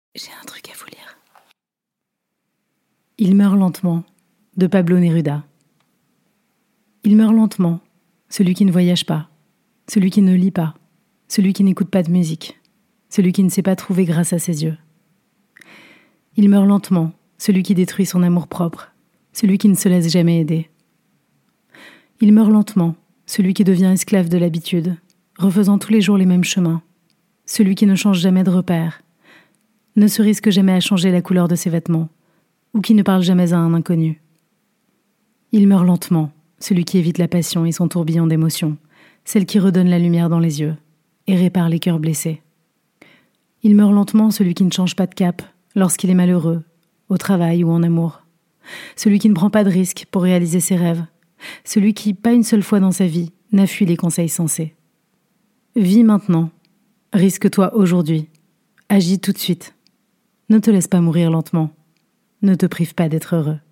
J'ai un truc à vous lire. Il meurt lentement, de Pablo Neruda. Il meurt lentement, celui qui ne voyage pas, celui qui ne lit pas, celui qui n'écoute pas de musique, celui qui ne s'est pas trouvé grâce à ses yeux. Il meurt lentement, celui qui détruit son amour-propre, celui qui ne se laisse jamais aider. Il meurt lentement, celui qui devient esclave de l'habitude, refaisant tous les jours les mêmes chemins, celui qui ne change jamais de repère, ne se risque jamais à changer la couleur de ses vêtements, ou qui ne parle jamais à un inconnu. Il meurt lentement, celui qui évite la passion et son tourbillon d'émotions, celle qui redonne la lumière dans les yeux et répare les cœurs blessés. Il meurt lentement, celui qui ne change pas de cap lorsqu'il est malheureux, au travail ou en amour. Celui qui ne prend pas de risques pour réaliser ses rêves. Celui qui, pas une seule fois dans sa vie, n'a fui les conseils sensés. Vis maintenant. Risque-toi aujourd'hui. Agis tout de suite. Ne te laisse pas mourir lentement. Ne te prive pas d'être heureux.